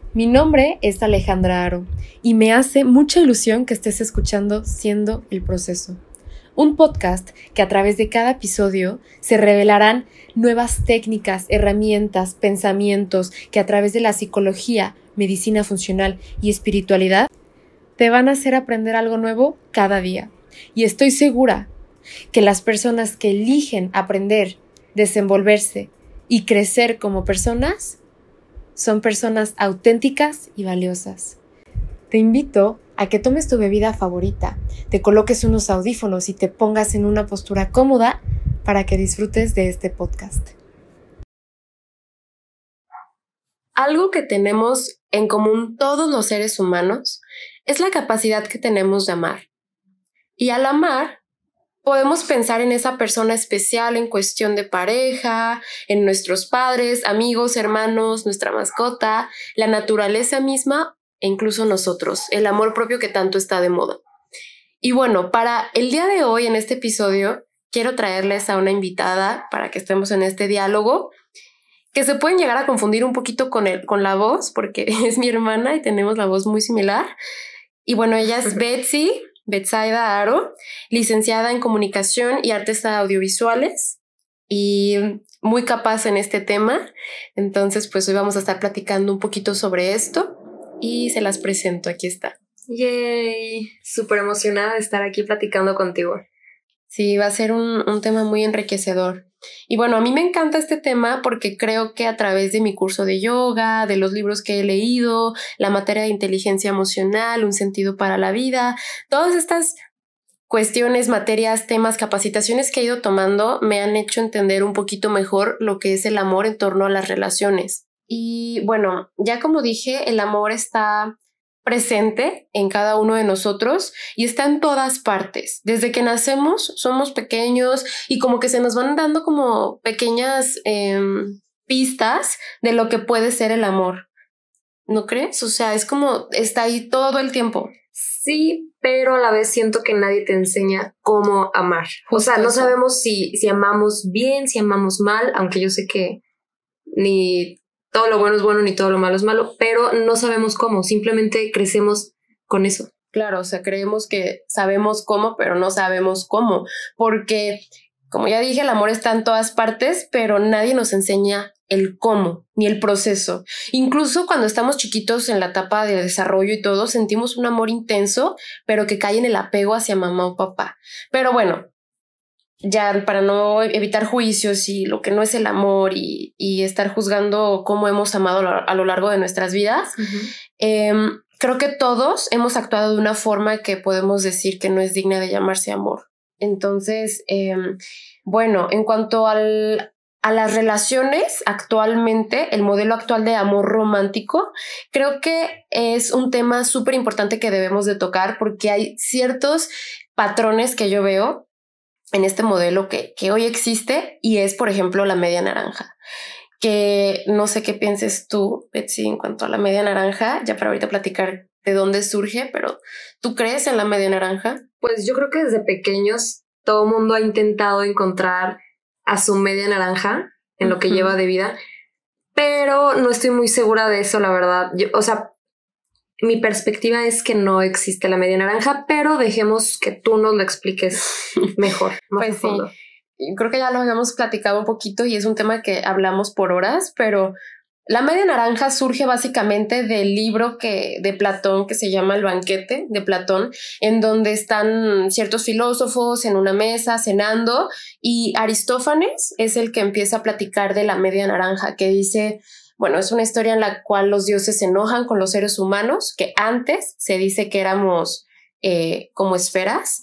Mi nombre es Alejandra Aro y me hace mucha ilusión que estés escuchando Siendo el Proceso, un podcast que a través de cada episodio se revelarán nuevas técnicas, herramientas, pensamientos que a través de la psicología, medicina funcional y espiritualidad te van a hacer aprender algo nuevo cada día. Y estoy segura que las personas que eligen aprender, desenvolverse y crecer como personas son personas auténticas y valiosas. Te invito a que tomes tu bebida favorita, te coloques unos audífonos y te pongas en una postura cómoda para que disfrutes de este podcast. Algo que tenemos en común todos los seres humanos es la capacidad que tenemos de amar. Y al amar, podemos pensar en esa persona especial en cuestión de pareja, en nuestros padres, amigos, hermanos, nuestra mascota, la naturaleza misma e incluso nosotros, el amor propio que tanto está de moda. Y bueno, para el día de hoy, en este episodio, quiero traerles a una invitada para que estemos en este diálogo, que se pueden llegar a confundir un poquito con la voz, porque es mi hermana y tenemos la voz muy similar. Y bueno, ella es Betsaida Aro, licenciada en Comunicación y Artes Audiovisuales y muy capaz en este tema. Entonces, pues hoy vamos a estar platicando un poquito sobre esto y se las presento. Aquí está. ¡Yay! Súper emocionada de estar aquí platicando contigo. Sí, va a ser un tema muy enriquecedor. Y bueno, a mí me encanta este tema porque creo que a través de mi curso de yoga, de los libros que he leído, la materia de inteligencia emocional, un sentido para la vida, todas estas cuestiones, materias, temas, capacitaciones que he ido tomando me han hecho entender un poquito mejor lo que es el amor en torno a las relaciones. Y bueno, ya como dije, el amor está presente en cada uno de nosotros y está en todas partes. Desde que nacemos somos pequeños y como que se nos van dando como pequeñas pistas de lo que puede ser el amor. ¿No crees? O sea, es como está ahí todo el tiempo. Sí, pero a la vez siento que nadie te enseña cómo amar. Justo o sea, no eso. sabemos si amamos bien, si amamos mal, aunque yo sé que ni todo lo bueno es bueno ni todo lo malo es malo, pero no sabemos cómo, simplemente crecemos con eso. Claro, o sea, creemos que sabemos cómo, pero no sabemos cómo, porque, como ya dije, el amor está en todas partes, pero nadie nos enseña el cómo, ni el proceso. Incluso cuando estamos chiquitos en la etapa de desarrollo y todo, sentimos un amor intenso, pero que cae en el apego hacia mamá o papá. Pero bueno, ya para no evitar juicios y lo que no es el amor y estar juzgando cómo hemos amado a lo largo de nuestras vidas, creo que todos hemos actuado de una forma que podemos decir que no es digna de llamarse amor. Entonces, bueno, en cuanto a las relaciones actualmente, el modelo actual de amor romántico, creo que es un tema súper importante que debemos de tocar porque hay ciertos patrones que yo veo en este modelo que hoy existe y es, por ejemplo, la media naranja. Que no sé qué pienses tú, Betsy, en cuanto a la media naranja, ya para ahorita platicar de dónde surge, pero ¿tú crees en la media naranja? Pues yo creo que desde pequeños todo el mundo ha intentado encontrar a su media naranja en lo que lleva de vida, pero no estoy muy segura de eso, la verdad. O sea, mi perspectiva es que no existe la media naranja, pero dejemos que tú nos lo expliques mejor, más Pues a fondo. Sí, creo que ya lo habíamos platicado un poquito y es un tema que hablamos por horas, pero la media naranja surge básicamente del libro de Platón que se llama El banquete de Platón, en donde están ciertos filósofos en una mesa cenando y Aristófanes es el que empieza a platicar de la media naranja, que dice, bueno, es una historia en la cual los dioses se enojan con los seres humanos, que antes se dice que éramos como esferas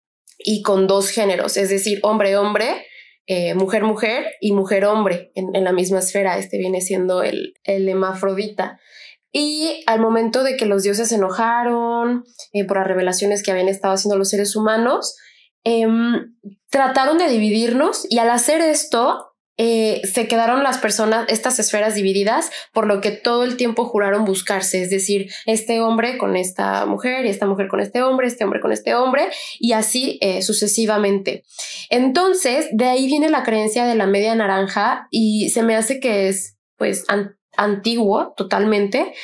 y con dos géneros, es decir, hombre-hombre, mujer-mujer y mujer-hombre en la misma esfera. Este viene siendo el hermafrodita. Y al momento de que los dioses se enojaron por las revelaciones que habían estado haciendo los seres humanos, trataron de dividirnos y al hacer esto se quedaron las personas, estas esferas divididas, por lo que todo el tiempo juraron buscarse, es decir, este hombre con esta mujer y esta mujer con este hombre con este hombre y así sucesivamente. Entonces, de ahí viene la creencia de la media naranja y se me hace que es pues antiguo totalmente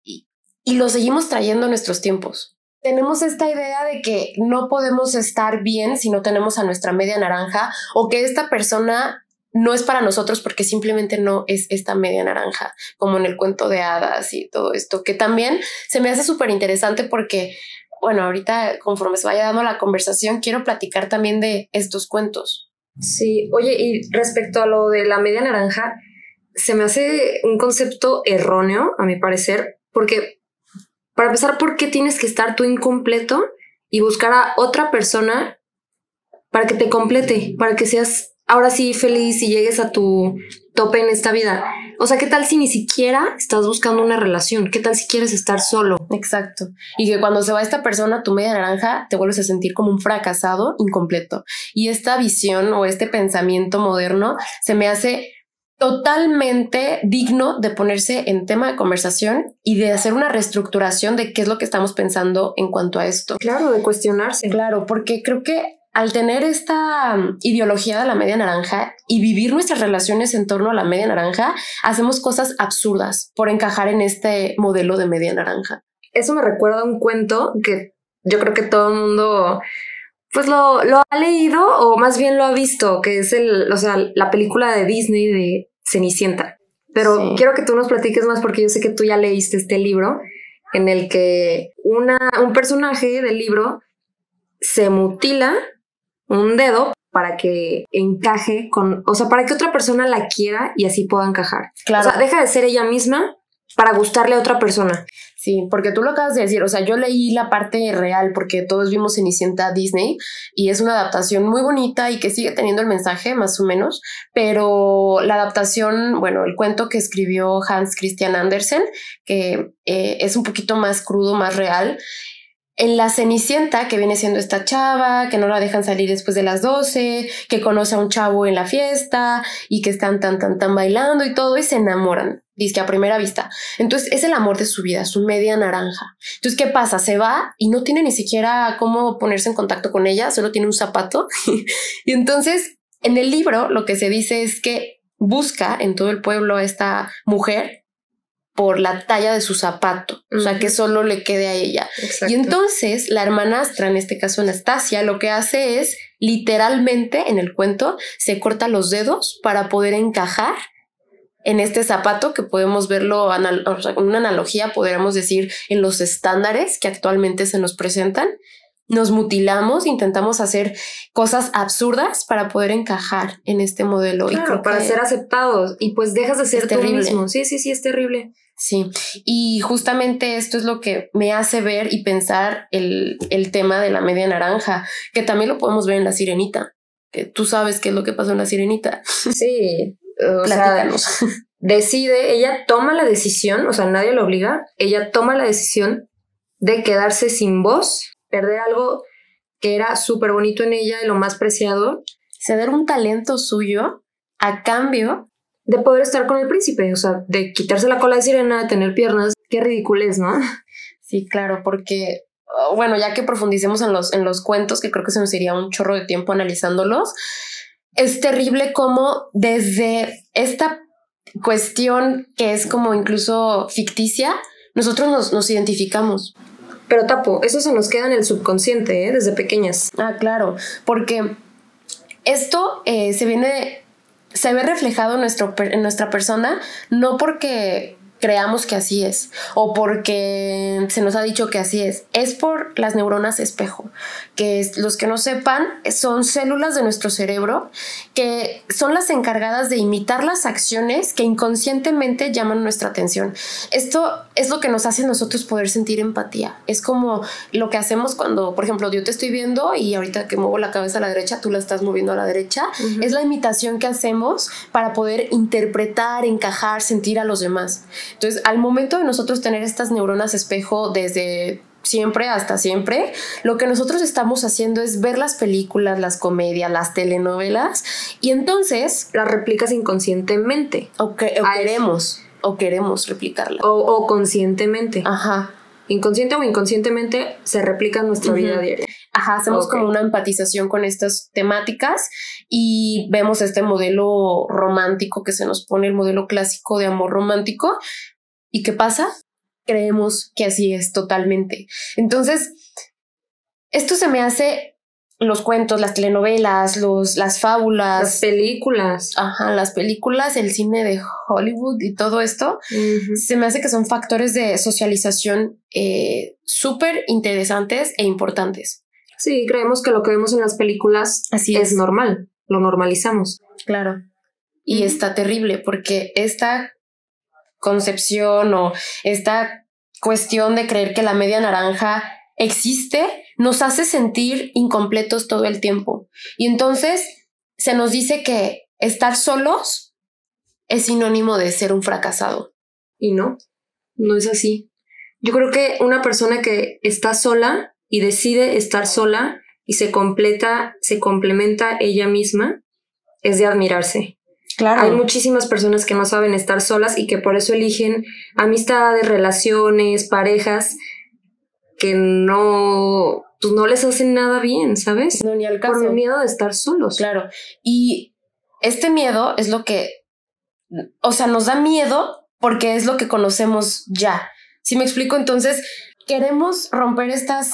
y lo seguimos trayendo a nuestros tiempos. Tenemos esta idea de que no podemos estar bien si no tenemos a nuestra media naranja o que esta persona no es para nosotros porque simplemente no es esta media naranja, como en el cuento de hadas y todo esto, que también se me hace súper interesante porque, bueno, ahorita conforme se vaya dando la conversación, quiero platicar también de estos cuentos. Sí, oye, y respecto a lo de la media naranja, se me hace un concepto erróneo, a mi parecer, porque para empezar, ¿por qué tienes que estar tú incompleto y buscar a otra persona para que te complete, para que seas ahora sí feliz y llegues a tu tope en esta vida? O sea, ¿qué tal si ni siquiera estás buscando una relación? ¿Qué tal si quieres estar solo? Exacto. Y que cuando se va esta persona, tu media naranja, te vuelves a sentir como un fracasado incompleto. Y esta visión o este pensamiento moderno se me hace totalmente digno de ponerse en tema de conversación y de hacer una reestructuración de qué es lo que estamos pensando en cuanto a esto. Claro, de cuestionarse. Claro, porque creo que al tener esta ideología de la media naranja y vivir nuestras relaciones en torno a la media naranja, hacemos cosas absurdas por encajar en este modelo de media naranja. Eso me recuerda a un cuento que yo creo que todo el mundo pues lo ha leído o más bien lo ha visto, que es la película de Disney de Cenicienta. Pero sí, quiero que tú nos platiques más porque yo sé que tú ya leíste este libro en el que un personaje del libro se mutila un dedo para que encaje para que otra persona la quiera y así pueda encajar. Claro. O sea, deja de ser ella misma para gustarle a otra persona. Sí, porque tú lo acabas de decir, o sea, yo leí la parte real porque todos vimos Cenicienta Disney y es una adaptación muy bonita y que sigue teniendo el mensaje más o menos, pero la adaptación, bueno, el cuento que escribió Hans Christian Andersen, que es un poquito más crudo, más real. En la Cenicienta, que viene siendo esta chava, que no la dejan salir después de las 12, que conoce a un chavo en la fiesta y que están tan bailando y todo y se enamoran, dice que a primera vista. Entonces es el amor de su vida, su media naranja. Entonces, ¿qué pasa? Se va y no tiene ni siquiera cómo ponerse en contacto con ella, solo tiene un zapato. Y entonces, en el libro lo que se dice es que busca en todo el pueblo a esta mujer por la talla de su zapato, o sea, que solo le quede a ella. Exacto. Y entonces la hermanastra, en este caso Anastasia, lo que hace es literalmente en el cuento se corta los dedos para poder encajar en este zapato que podemos verlo, o sea, con una analogía podríamos decir en los estándares que actualmente se nos presentan. Nos mutilamos, intentamos hacer cosas absurdas para poder encajar en este modelo. Claro, y creo para ser aceptados y pues dejas de ser tú mismo. Sí, es terrible. Sí, y justamente esto es lo que me hace ver y pensar el tema de la media naranja, que también lo podemos ver en La Sirenita, que tú sabes qué es lo que pasó en La Sirenita. Sí, platícanos. Decide, ella toma la decisión, o sea, nadie la obliga, ella toma la decisión de quedarse sin voz, perder algo que era súper bonito en ella y lo más preciado. Ceder un talento suyo a cambio de poder estar con el príncipe, o sea, de quitarse la cola de sirena, de tener piernas. Qué ridiculez, ¿no? Sí, claro, porque, bueno, ya que profundicemos en los cuentos, que creo que se nos iría un chorro de tiempo analizándolos, es terrible cómo desde esta cuestión que es como incluso ficticia, nosotros nos identificamos. Pero Tapo, eso se nos queda en el subconsciente, desde pequeñas. Ah, claro, porque esto se ve reflejado en nuestra persona, no porque creamos que así es o porque se nos ha dicho que así es por las neuronas espejo, que los que no sepan son células de nuestro cerebro que son las encargadas de imitar las acciones que inconscientemente llaman nuestra atención. Esto es lo que nos hace a nosotros poder sentir empatía. Es como lo que hacemos cuando, por ejemplo, yo te estoy viendo y ahorita que muevo la cabeza a la derecha, tú la estás moviendo a la derecha. Es la imitación que hacemos para poder interpretar, encajar, sentir a los demás. Entonces, al momento de nosotros tener estas neuronas espejo desde siempre hasta siempre, lo que nosotros estamos haciendo es ver las películas, las comedias, las telenovelas y entonces las replicas inconscientemente. O queremos replicarla. O conscientemente. Ajá. Inconsciente o inconscientemente se replica en nuestra vida diaria. Ajá, hacemos como una empatización con estas temáticas y vemos este modelo romántico que se nos pone, el modelo clásico de amor romántico. ¿Y qué pasa? Creemos que así es totalmente. Entonces, esto se me hace los cuentos, las telenovelas, las fábulas, las películas. Ajá, las películas, el cine de Hollywood y todo esto, se me hace que son factores de socialización súper interesantes e importantes. Sí, creemos que lo que vemos en las películas es normal, lo normalizamos. Claro. Y está terrible porque esta concepción o esta cuestión de creer que la media naranja existe nos hace sentir incompletos todo el tiempo. Y entonces se nos dice que estar solos es sinónimo de ser un fracasado. Y no es así. Yo creo que una persona que está sola y decide estar sola y se complementa ella misma es de admirarse. Claro. Hay muchísimas personas que no saben estar solas y que por eso eligen amistades, relaciones, parejas que no les hacen nada bien, ¿sabes? No, ni al caso. Por el miedo de estar solos. Claro. Y este miedo es lo que, o sea, nos da miedo porque es lo que conocemos ya. ¿Sí me explico? Entonces, queremos romper estas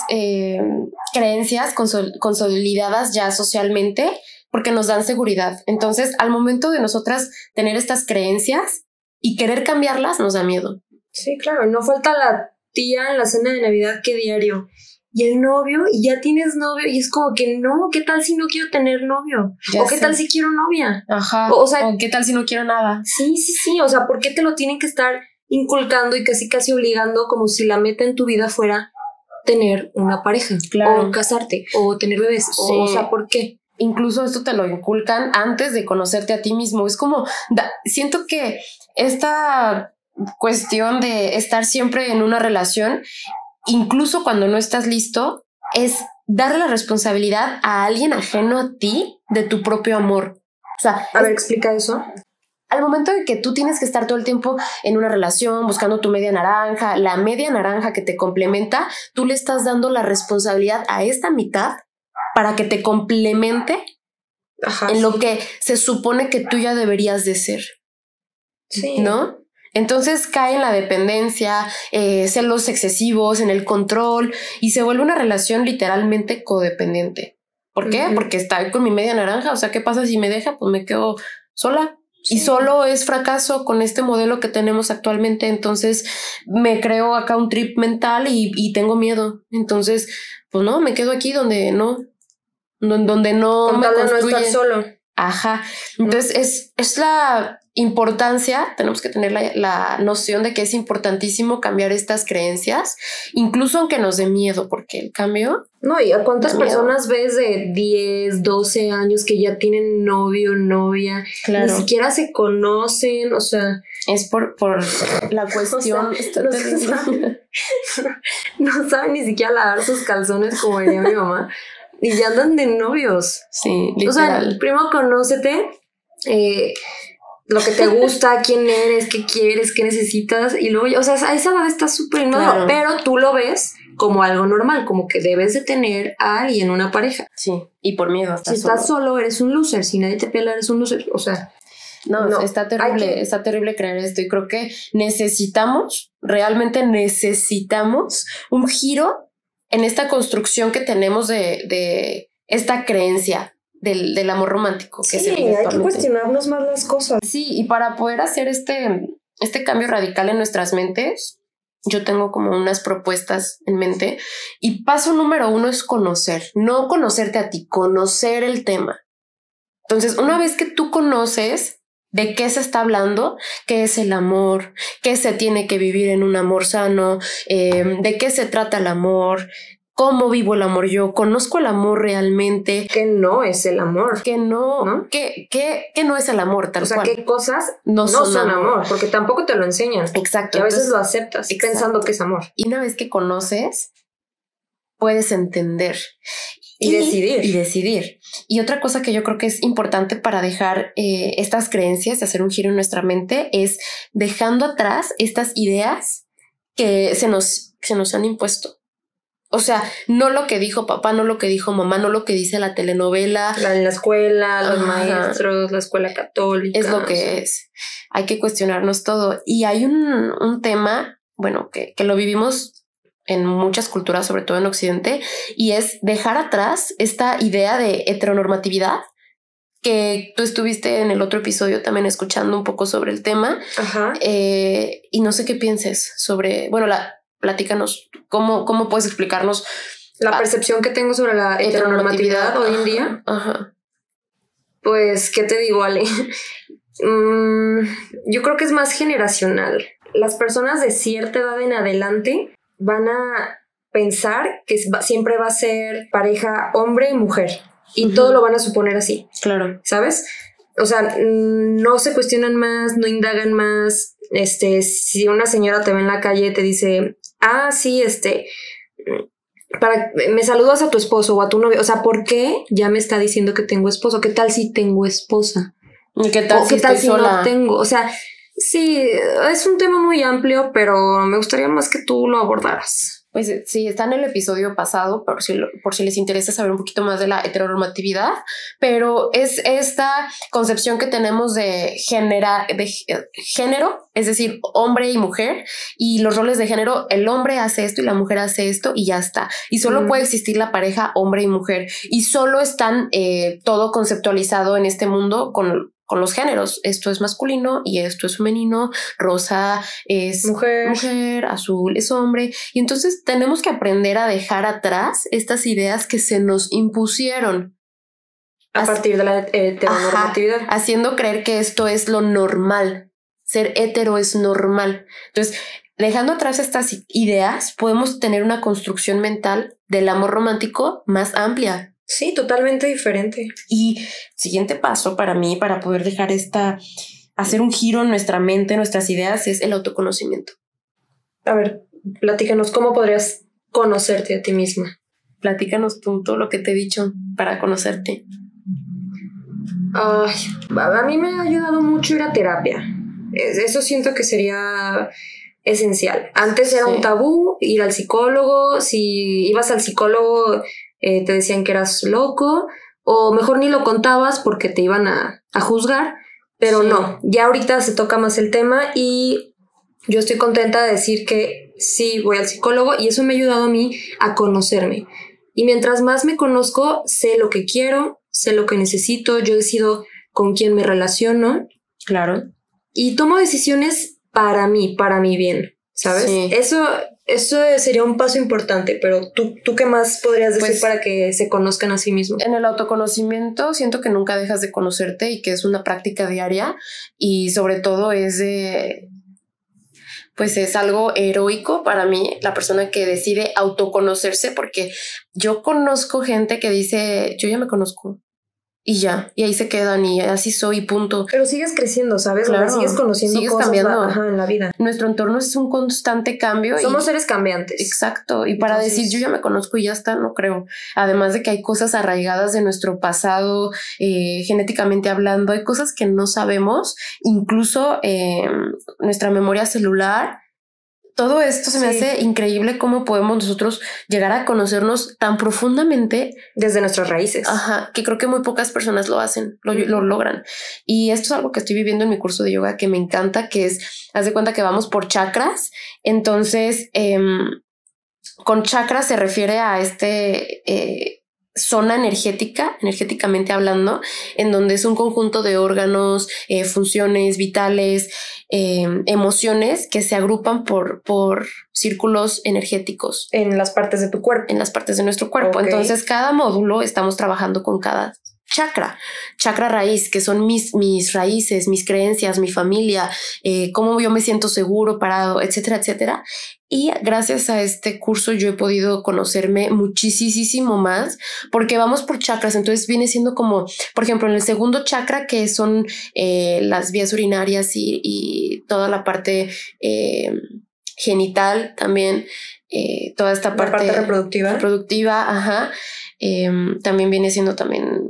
creencias consolidadas ya socialmente porque nos dan seguridad. Entonces, al momento de nosotras tener estas creencias y querer cambiarlas, nos da miedo. Sí, claro. No falta la tía en la cena de Navidad que diario. Y el novio, y ya tienes novio, y es como que no, ¿qué tal si no quiero tener novio? Ya o qué sé. tal si quiero novia. Ajá. O sea, ¿qué tal si no quiero nada? Sí. O sea, ¿por qué te lo tienen que estar inculcando y casi obligando como si la meta en tu vida fuera tener una pareja? Claro. O casarte, o tener bebés. Sí. O sea, ¿por qué? Incluso esto te lo inculcan antes de conocerte a ti mismo. Es como, siento que esta cuestión de estar siempre en una relación, incluso cuando no estás listo, es darle la responsabilidad a alguien ajeno a ti de tu propio amor. O sea, a ver, explica eso. Al momento de que tú tienes que estar todo el tiempo en una relación buscando tu media naranja, la media naranja que te complementa, tú le estás dando la responsabilidad a esta mitad para que te complemente en lo que se supone que tú ya deberías de ser. Sí. ¿No? Entonces cae en la dependencia, celos excesivos, en el control y se vuelve una relación literalmente codependiente. ¿Por qué? Porque estoy con mi media naranja. O sea, ¿qué pasa si me deja? Pues me quedo sola. Sí. Y solo es fracaso con este modelo que tenemos actualmente. Entonces me creo acá un trip mental y tengo miedo. Entonces, pues no, me quedo aquí donde no con me tal de construye. No estar solo. Ajá. Entonces es la importancia, tenemos que tener la noción de que es importantísimo cambiar estas creencias, incluso aunque nos dé miedo, porque el cambio... No, ¿y a cuántas personas ves de 10, 12 años que ya tienen novio, novia? Claro. Ni siquiera se conocen, o sea... Es por la cuestión... no saben ni siquiera lavar sus calzones como diría mi mamá. Y ya andan de novios. Sí, literal. O sea, primero conócete, lo que te gusta, quién eres, qué quieres, qué necesitas. Y luego, o sea, a esa edad está súper inmaduro. Claro. Pero tú lo ves como algo normal, como que debes de tener a alguien, una pareja. Sí, y por miedo. Si estás solo, eres un loser. Si nadie te pela, eres un loser. O sea... No, está terrible creer esto. Y creo que realmente necesitamos un giro en esta construcción que tenemos de esta creencia del amor romántico. Sí, hay que cuestionarnos más las cosas. Sí, y para poder hacer este cambio radical en nuestras mentes, yo tengo como unas propuestas en mente. Y paso número 1 es conocer, no conocerte a ti, conocer el tema. Entonces, una vez que tú conoces de qué se está hablando, qué es el amor, qué se tiene que vivir en un amor sano, de qué se trata el amor, cómo vivo el amor yo, conozco el amor realmente. ¿Qué no es el amor? ¿Qué no? ¿Qué no es el amor tal cual? O sea, ¿qué cosas no son amor? Porque tampoco te lo enseñan. Exacto. Y a veces lo aceptas pensando que es amor. Y una vez que conoces, puedes entender. Y decidir. Y otra cosa que yo creo que es importante para dejar estas creencias, hacer un giro en nuestra mente, es dejando atrás estas ideas que se nos han impuesto. O sea, no lo que dijo papá, no lo que dijo mamá, no lo que dice la telenovela. En la escuela, los maestros, la escuela católica. Es lo que es. Hay que cuestionarnos todo. Y hay un tema, bueno, que lo vivimos en muchas culturas, sobre todo en Occidente, y es dejar atrás esta idea de heteronormatividad, que tú estuviste en el otro episodio también escuchando un poco sobre el tema. Ajá. Y no sé qué pienses sobre, bueno, platícanos, ¿cómo puedes explicarnos la percepción que tengo sobre la heteronormatividad hoy en día? Ajá. Pues, ¿qué te digo, Ale? Yo creo que es más generacional. Las personas de cierta edad en adelante van a pensar que siempre va a ser pareja hombre y mujer. Y todo lo van a suponer así. Claro. ¿Sabes? O sea, no se cuestionan más, no indagan más. Si una señora te ve en la calle y te dice, sí, me saludas a tu esposo o a tu novio. O sea, ¿por qué ya me está diciendo que tengo esposo? ¿Qué tal si tengo esposa? ¿Qué tal si estoy sola? No tengo? O sea, sí, es un tema muy amplio, pero me gustaría más que tú lo abordaras. Pues sí, está en el episodio pasado, por si les interesa saber un poquito más de la heteronormatividad, pero es esta concepción que tenemos de género, es decir, hombre y mujer, y los roles de género, el hombre hace esto y la mujer hace esto y ya está. Y solo puede existir la pareja hombre y mujer, y solo están todo conceptualizado en este mundo con los géneros. Esto es masculino y esto es femenino, rosa es mujer, azul es hombre. Y entonces tenemos que aprender a dejar atrás estas ideas que se nos impusieron a partir de la heteronormatividad. Haciendo creer que esto es lo normal. Ser hetero es normal. Entonces, dejando atrás estas ideas, podemos tener una construcción mental del amor romántico más amplia. Sí, totalmente diferente. Y siguiente paso para mí, para poder dejar hacer un giro en nuestra mente, nuestras ideas, es el autoconocimiento. A ver, platícanos, ¿cómo podrías conocerte a ti misma? Platícanos tú todo lo que te he dicho para conocerte. A mí me ha ayudado mucho ir a terapia. Eso siento que sería esencial. Antes era un tabú ir al psicólogo. Si ibas al psicólogo, te decían que eras loco, o mejor ni lo contabas porque te iban a juzgar, pero no, ya ahorita se toca más el tema y yo estoy contenta de decir que sí voy al psicólogo y eso me ha ayudado a mí a conocerme. Y mientras más me conozco, sé lo que quiero, sé lo que necesito, yo decido con quién me relaciono. Claro. Y tomo decisiones para mí, para mi bien, ¿sabes? Sí. Eso sería un paso importante, pero ¿tú qué más podrías decir para que se conozcan a sí mismos? En el autoconocimiento siento que nunca dejas de conocerte y que es una práctica diaria y sobre todo es algo heroico para mí, la persona que decide autoconocerse, porque yo conozco gente que dice, yo ya me conozco. Y ya, y ahí se quedan y así soy, punto. Pero sigues creciendo, ¿sabes? Claro, o sea, sigues conociendo sigues cosas cambiando. En la vida. Nuestro entorno es un constante cambio. Somos seres cambiantes. Exacto. Y para decir yo ya me conozco y ya está, no creo. Además de que hay cosas arraigadas de nuestro pasado, genéticamente hablando, hay cosas que no sabemos, incluso nuestra memoria celular. Todo esto se me hace increíble cómo podemos nosotros llegar a conocernos tan profundamente. Desde nuestras raíces. Ajá, que creo que muy pocas personas lo hacen, lo logran. Y esto es algo que estoy viviendo en mi curso de yoga que me encanta, que es, haz de cuenta que vamos por chakras. Entonces, con chakras se refiere a zona energéticamente hablando, en donde es un conjunto de órganos, funciones vitales, emociones que se agrupan por círculos energéticos. En las partes de tu cuerpo. En las partes de nuestro cuerpo. Okay. Entonces, cada módulo estamos trabajando con cada chakra raíz, que son mis raíces, mis creencias, mi familia, cómo yo me siento seguro, parado, etcétera, etcétera. Y gracias a este curso yo he podido conocerme muchísimo más porque vamos por chakras. Entonces viene siendo como, por ejemplo, en el segundo chakra, que son las vías urinarias y toda la parte genital también, toda esta parte reproductiva. También viene siendo también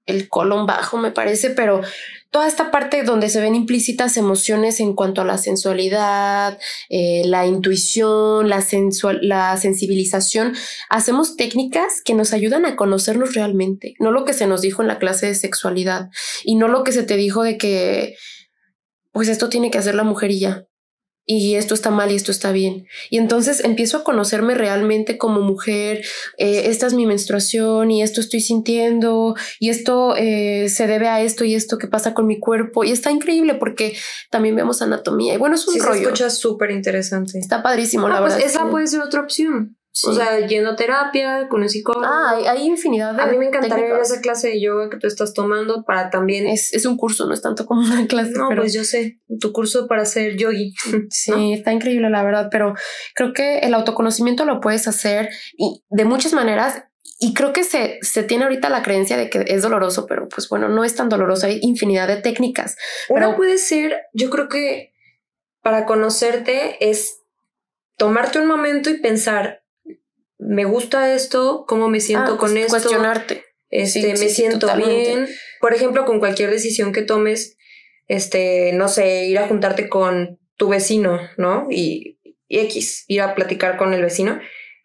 el colon bajo, me parece, pero toda esta parte donde se ven implícitas emociones en cuanto a la sensualidad, la intuición, la sensibilización, hacemos técnicas que nos ayudan a conocernos realmente, no lo que se nos dijo en la clase de sexualidad y no lo que se te dijo de que pues esto tiene que hacer la mujer y ya. Y esto está mal y esto está bien. Y entonces empiezo a conocerme realmente como mujer. Esta es mi menstruación y esto estoy sintiendo y esto se debe a esto y esto que pasa con mi cuerpo. Y está increíble porque también vemos anatomía. Y bueno, es un rollo. Se escucha súper interesante. Está padrísimo, la verdad. Pues esa puede ser otra opción. Sí. O sea, yendo a terapia con un psicólogo. Hay infinidad de A mí me encantaría ir a esa clase de yoga que tú estás tomando para también... Es un curso, no es tanto como una clase. No, pero... pues yo sé, tu curso para ser yogi. Sí, ¿no? Está increíble, la verdad, pero creo que el autoconocimiento lo puedes hacer y de muchas maneras. Y creo que se tiene ahorita la creencia de que es doloroso, pero pues bueno, no es tan doloroso. Hay infinidad de técnicas. Una puede ser, yo creo que para conocerte es tomarte un momento y pensar... me gusta esto, cómo me siento con esto. Cuestionarte. Me siento bien. Por ejemplo, con cualquier decisión que tomes, no sé, ir a juntarte con tu vecino, ¿no? Y ir a platicar con el vecino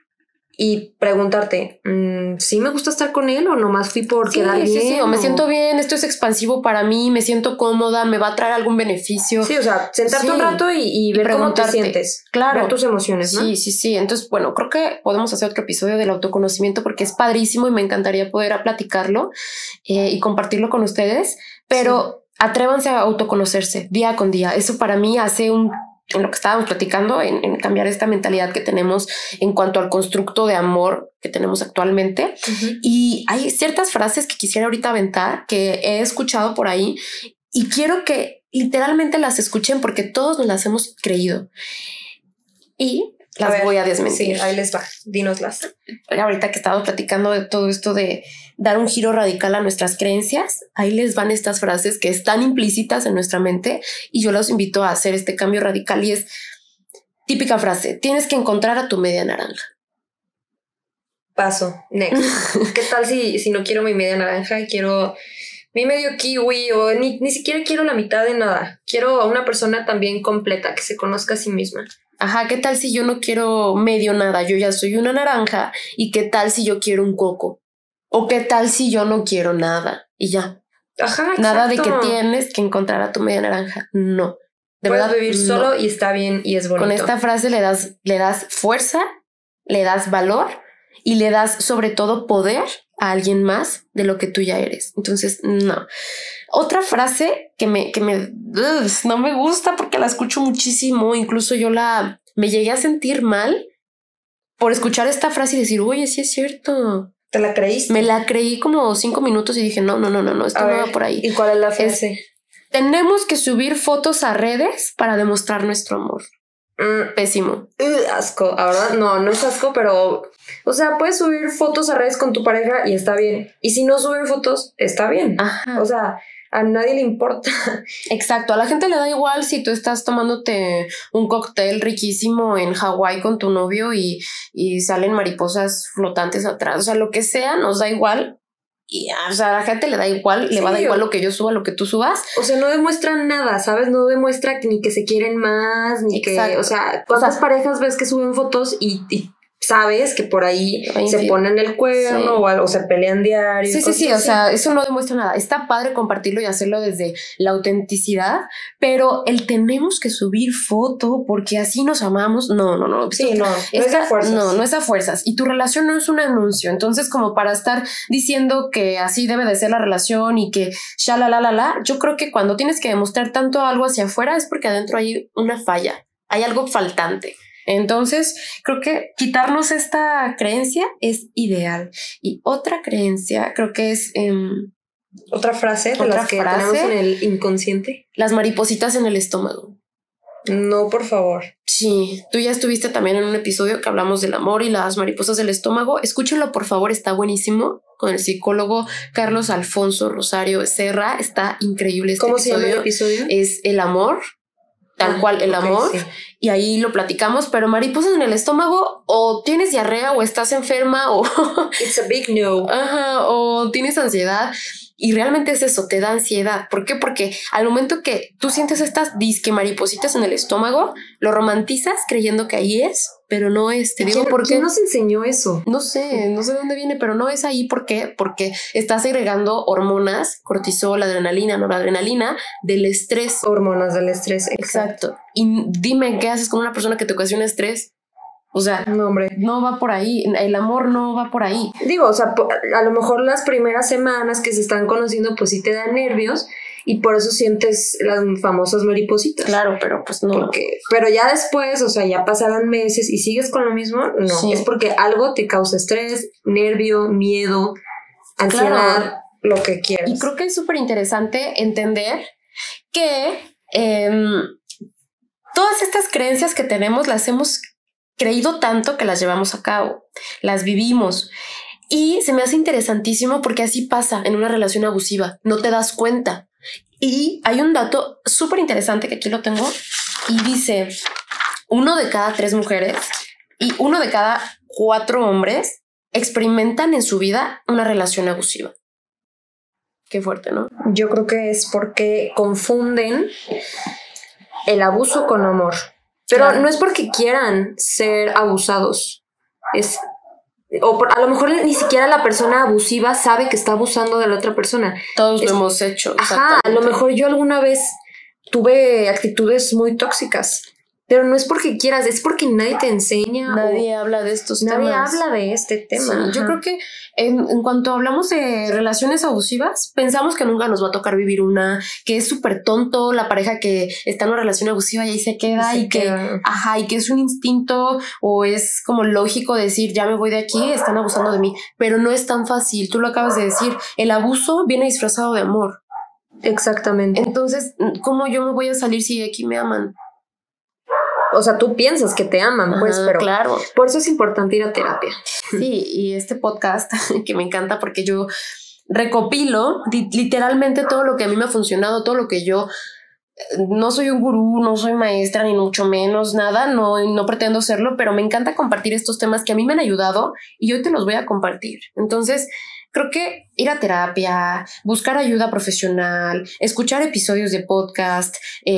y preguntarte, ¿sí me gusta estar con él o nomás fui por quedar bien? Sí, o me siento bien, esto es expansivo para mí, me siento cómoda, me va a traer algún beneficio. Sí, o sea, sentarte un rato y ver cómo te sientes. Claro. Ver tus emociones, ¿no? Sí. Entonces, bueno, creo que podemos hacer otro episodio del autoconocimiento porque es padrísimo y me encantaría poder platicarlo y compartirlo con ustedes, pero atrévanse a autoconocerse día con día. Eso para mí hace en lo que estábamos platicando, en cambiar esta mentalidad que tenemos en cuanto al constructo de amor que tenemos actualmente. Uh-huh. Y hay ciertas frases que quisiera ahorita aventar que he escuchado por ahí y quiero que literalmente las escuchen porque todos nos las hemos creído. Y las voy a desmentir. Sí, ahí les va. Dínoslas. Ahorita que estamos platicando de todo esto de dar un giro radical a nuestras creencias, ahí les van estas frases que están implícitas en nuestra mente y yo los invito a hacer este cambio radical y es típica frase, tienes que encontrar a tu media naranja. Paso, next. ¿Qué tal si no quiero mi media naranja y quiero mi medio kiwi o ni siquiera quiero la mitad de nada? Quiero a una persona también completa que se conozca a sí misma. Ajá, ¿qué tal si yo no quiero medio nada? Yo ya soy una naranja. ¿Y qué tal si yo quiero un coco? ¿O qué tal si yo no quiero nada? Y ya. Ajá, exacto. Nada de que tienes que encontrar a tu media naranja. No. De verdad, vivir solo y está bien y es bonito. Con esta frase le das fuerza, le das valor y le das sobre todo poder a alguien más de lo que tú ya eres. Entonces, no. Otra frase que no me gusta porque la escucho muchísimo, incluso yo me llegué a sentir mal por escuchar esta frase y decir, oye, sí es cierto. ¿Te la creíste? Me la creí como 5 minutos y dije, no, esto no va por ahí. ¿Y cuál es la frase? Tenemos que subir fotos a redes para demostrar nuestro amor. Pésimo. Asco, la verdad, no es asco, pero... O sea, puedes subir fotos a redes con tu pareja y está bien. Y si no suben fotos, está bien. Ajá. O sea... a nadie le importa. Exacto, a la gente le da igual si tú estás tomándote un cóctel riquísimo en Hawái con tu novio y salen mariposas flotantes atrás, o sea, lo que sea, nos da igual. Y, o sea, a la gente le da igual, le va a dar igual lo que yo suba, lo que tú subas. O sea, no demuestran nada, ¿sabes? No demuestra ni que se quieren más, ni Exacto. O sea, ¿cuántas parejas ves que suben fotos y sabes que por ahí se ponen el cuerno o se pelean diario? Sí, o sea, eso no demuestra nada. Está padre compartirlo y hacerlo desde la autenticidad, pero el tenemos que subir foto porque así nos amamos, no. Sí, no es a fuerzas. No es a fuerzas. Y tu relación no es un anuncio. Entonces, como para estar diciendo que así debe de ser la relación y que yo creo que cuando tienes que demostrar tanto algo hacia afuera es porque adentro hay una falla, hay algo faltante. Entonces, creo que quitarnos esta creencia es ideal. Y otra creencia, creo que es... otra frase de las que tenemos en el inconsciente. Las maripositas en el estómago. No, por favor. Sí, tú ya estuviste también en un episodio que hablamos del amor y las mariposas del estómago. Escúchenlo, por favor, está buenísimo. Con el psicólogo Carlos Alfonso Rosario Becerra. Está increíble este episodio. ¿Cómo se llama el episodio? Es el amor. Tal cual, el amor, sí. Y ahí lo platicamos, pero mariposas en el estómago, o tienes diarrea, o estás enferma, o... It's a big no. Ajá, o tienes ansiedad, Y realmente es eso, te da ansiedad. ¿Por qué? Porque al momento que tú sientes estas disque maripositas en el estómago, lo romantizas creyendo que ahí es, pero no es. Te digo por qué. ¿Quién nos enseñó eso? No sé de dónde viene, pero no es ahí. ¿Por qué? Porque estás agregando hormonas, cortisol, adrenalina, noradrenalina, del estrés. Hormonas del estrés. Exacto. Y dime, ¿qué haces con una persona que te ocasiona estrés? O sea, no, hombre, no va por ahí. El amor no va por ahí. Digo, o sea, a lo mejor las primeras semanas que se están conociendo, pues sí te dan nervios y por eso sientes las famosas maripositas. Claro, pero pues no. Pero ya después, o sea, ya pasaron meses y sigues con lo mismo, no. Sí. Es porque algo te causa estrés, nervio, miedo, ansiedad, claro, lo que quieras. Y creo que es súper interesante entender que todas estas creencias que tenemos las hemos creído tanto que las llevamos a cabo, las vivimos. Y se me hace interesantísimo porque así pasa en una relación abusiva, no te das cuenta. Y hay un dato súper interesante que aquí lo tengo y dice 1 de cada 3 mujeres y 1 de cada 4 hombres experimentan en su vida una relación abusiva. Qué fuerte, ¿no? Yo creo que es porque confunden el abuso con amor. Pero claro, no es porque quieran ser abusados. A lo mejor ni siquiera la persona abusiva sabe que está abusando de la otra persona. Todos lo hemos hecho. Ajá, a lo mejor yo alguna vez tuve actitudes muy tóxicas. Pero no es porque quieras, es porque nadie te enseña. Nadie habla de estos temas. Nadie habla de este tema. Sí, yo creo que en cuanto hablamos de relaciones abusivas, pensamos que nunca nos va a tocar vivir una, que es súper tonto la pareja que está en una relación abusiva y ahí se queda y que es un instinto o es como lógico decir ya me voy de aquí, están abusando de mí, pero no es tan fácil. Tú lo acabas de decir, el abuso viene disfrazado de amor. Exactamente. Entonces, ¿cómo yo me voy a salir si aquí me aman? O sea, tú piensas que te aman, pues, pero claro. Por eso es importante ir a terapia. Sí, y este podcast que me encanta porque yo recopilo literalmente todo lo que a mí me ha funcionado, todo lo que yo... No soy un gurú, no soy maestra, ni mucho menos, nada, no pretendo serlo, pero me encanta compartir estos temas que a mí me han ayudado y hoy te los voy a compartir. Entonces... creo que ir a terapia, buscar ayuda profesional, escuchar episodios de podcast,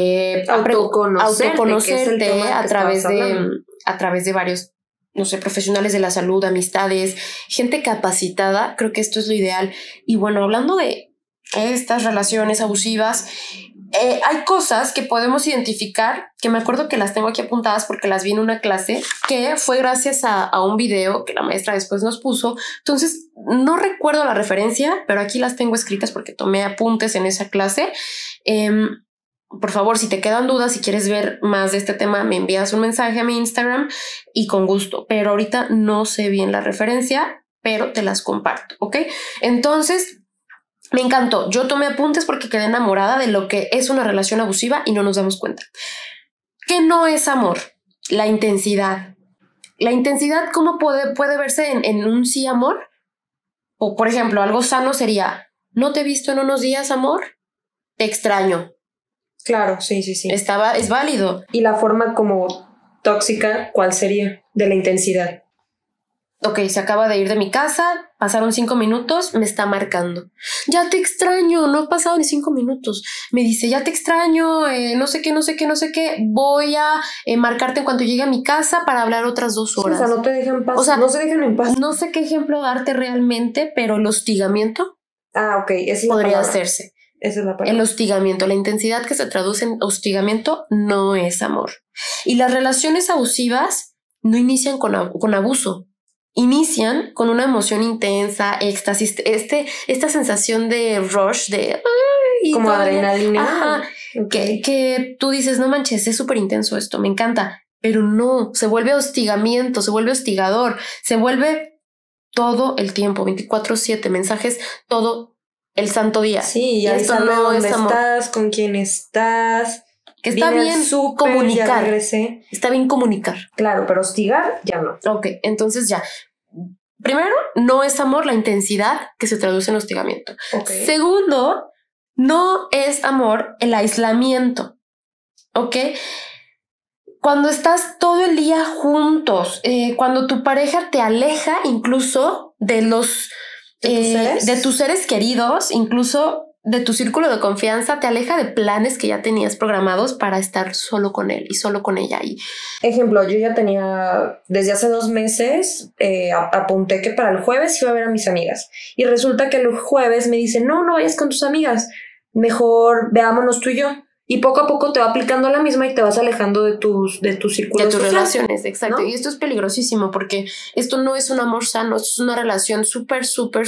autoconocerte a través de varios, no sé, profesionales de la salud, amistades, gente capacitada. Creo que esto es lo ideal. Y bueno, hablando de estas relaciones abusivas, hay cosas que podemos identificar, que me acuerdo que las tengo aquí apuntadas porque las vi en una clase, que fue gracias a un video que la maestra después nos puso. Entonces, no recuerdo la referencia, pero aquí las tengo escritas porque tomé apuntes en esa clase. Por favor, si te quedan dudas, si quieres ver más de este tema, me envías un mensaje a mi Instagram y con gusto. Pero ahorita no sé bien la referencia, pero te las comparto, ¿ok? Entonces... me encantó. Yo tomé apuntes porque quedé enamorada de lo que es una relación abusiva y no nos damos cuenta. ¿Qué no es amor? La intensidad. La intensidad, ¿cómo puede verse en un sí amor? O, por ejemplo, algo sano sería, ¿no te he visto en unos días, amor? Te extraño. Claro, sí. Es válido. ¿Y la forma como tóxica, cuál sería? De la intensidad. Ok, se acaba de ir de mi casa, pasaron 5 minutos, me está marcando. Ya te extraño, no ha pasado ni 5 minutos. Me dice, ya te extraño, no sé qué. Voy a marcarte en cuanto llegue a mi casa para hablar otras 2 horas. O sea, no te dejan en paz. O sea, no se dejan en paz. No sé qué ejemplo darte realmente, pero el hostigamiento ok, esa podría hacerse. Esa es la palabra. El hostigamiento, la intensidad que se traduce en hostigamiento no es amor. Y las relaciones abusivas no inician con abuso. Inician con una emoción intensa, éxtasis, esta sensación de rush, de... como adrenalina. Ajá, okay. que tú dices, no manches, es súper intenso esto, me encanta. Pero no, se vuelve hostigamiento, se vuelve hostigador, se vuelve todo el tiempo, 24/7, mensajes todo el santo día. Sí, ya esto no es amor. Estás, con quién estás... Que está bien comunicar. Está bien comunicar. Claro, pero hostigar ya no. Ok, entonces ya. Primero, no es amor la intensidad que se traduce en hostigamiento. Okay. Segundo, no es amor el aislamiento. Ok. Cuando estás todo el día juntos, cuando tu pareja te aleja incluso de los de tus seres queridos, incluso de tu círculo de confianza, te aleja de planes que ya tenías programados para estar solo con él y solo con ella. Y ejemplo, yo ya tenía, desde hace 2 meses, apunté que para el jueves iba a ver a mis amigas. Y resulta que el jueves me dicen, no vayas con tus amigas, mejor veámonos tú y yo. Y poco a poco te va aplicando la misma y te vas alejando de tus círculos, de tus relaciones, exacto. ¿no? Y esto es peligrosísimo porque esto no es un amor sano, es una relación súper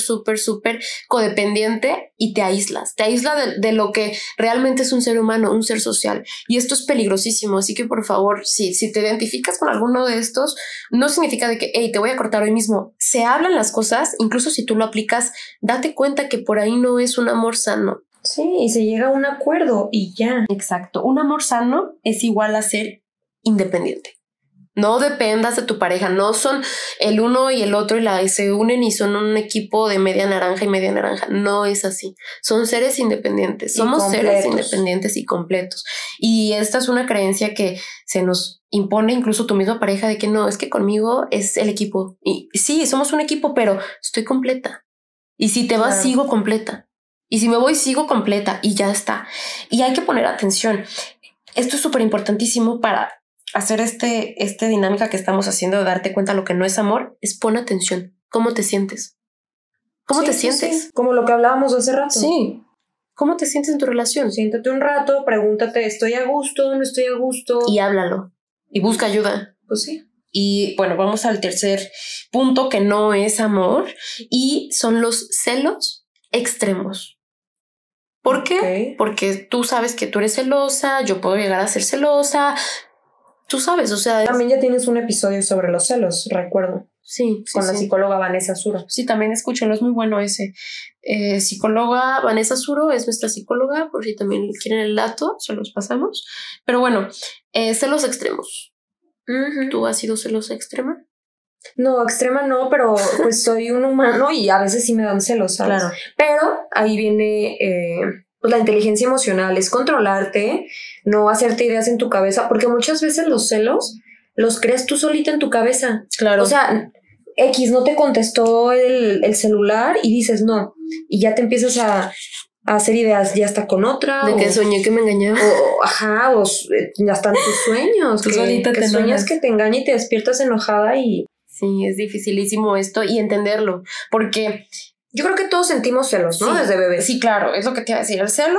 codependiente y te aísla de lo que realmente es un ser humano, un ser social. Y esto es peligrosísimo. Así que por favor, si te identificas con alguno de estos, no significa de que, hey, te voy a cortar hoy mismo. Se hablan las cosas, incluso si tú lo aplicas, date cuenta que por ahí no es un amor sano. Sí, y se llega a un acuerdo y ya. Exacto. Un amor sano es igual a ser independiente. No dependas de tu pareja. No son el uno y el otro y se unen y son un equipo de media naranja y media naranja. No es así. Son seres independientes. Somos seres independientes y completos. Y esta es una creencia que se nos impone incluso tu misma pareja de que no, es que conmigo es el equipo. Y sí, somos un equipo, pero estoy completa. Y si te vas, sigo completa. Y si me voy, sigo completa y ya está. Y hay que poner atención. Esto es súper importantísimo para hacer esta dinámica que estamos haciendo de darte cuenta de lo que no es amor. Es pon atención. ¿Cómo te sientes? ¿Cómo te sientes? Sí. Como lo que hablábamos hace rato. Sí. ¿Cómo te sientes en tu relación? Siéntate un rato, pregúntate, ¿estoy a gusto? ¿No estoy a gusto? Y háblalo. Y busca ayuda. Pues sí. Y bueno, vamos al tercer punto que no es amor y son los celos extremos. ¿Por qué? Porque tú sabes que tú eres celosa, yo puedo llegar a ser celosa, tú sabes, o sea... También ya tienes un episodio sobre los celos, recuerdo. Sí. Con la psicóloga Vanessa Suro. Sí, también escúchenlo, es muy bueno ese. Psicóloga Vanessa Suro es nuestra psicóloga, por si también quieren el dato, se los pasamos. Pero bueno, celos extremos. ¿Tú has sido celosa extrema? No, extrema no, pero pues soy un humano y a veces sí me dan celos, ¿sabes? Claro. Pero ahí viene pues la inteligencia emocional, es controlarte, no hacerte ideas en tu cabeza, porque muchas veces los celos los creas tú solita en tu cabeza. Claro. O sea, X no te contestó el celular y dices no, y ya te empiezas a hacer ideas, ya está con otra. De que soñé que me engañaba. O ya están tus sueños. Tú solita que te sueñas enojas. que te engaña y te despiertas enojada y... Sí, es dificilísimo esto y entenderlo, porque yo creo que todos sentimos celos, ¿no? Sí, desde bebés. Sí, claro, es lo que te iba a decir. El celo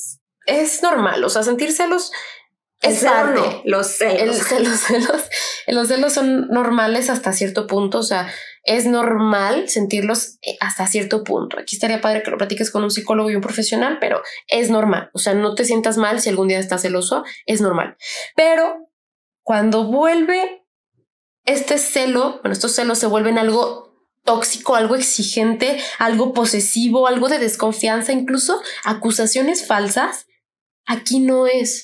es normal, o sea, sentir celos es parte. No, los celos. Los celos son normales hasta cierto punto, o sea, es normal sentirlos hasta cierto punto. Aquí estaría padre que lo platiques con un psicólogo y un profesional, pero es normal, o sea, no te sientas mal si algún día estás celoso, es normal. Pero cuando vuelve estos celos se vuelven algo tóxico, algo exigente, algo posesivo, algo de desconfianza, incluso acusaciones falsas. Aquí no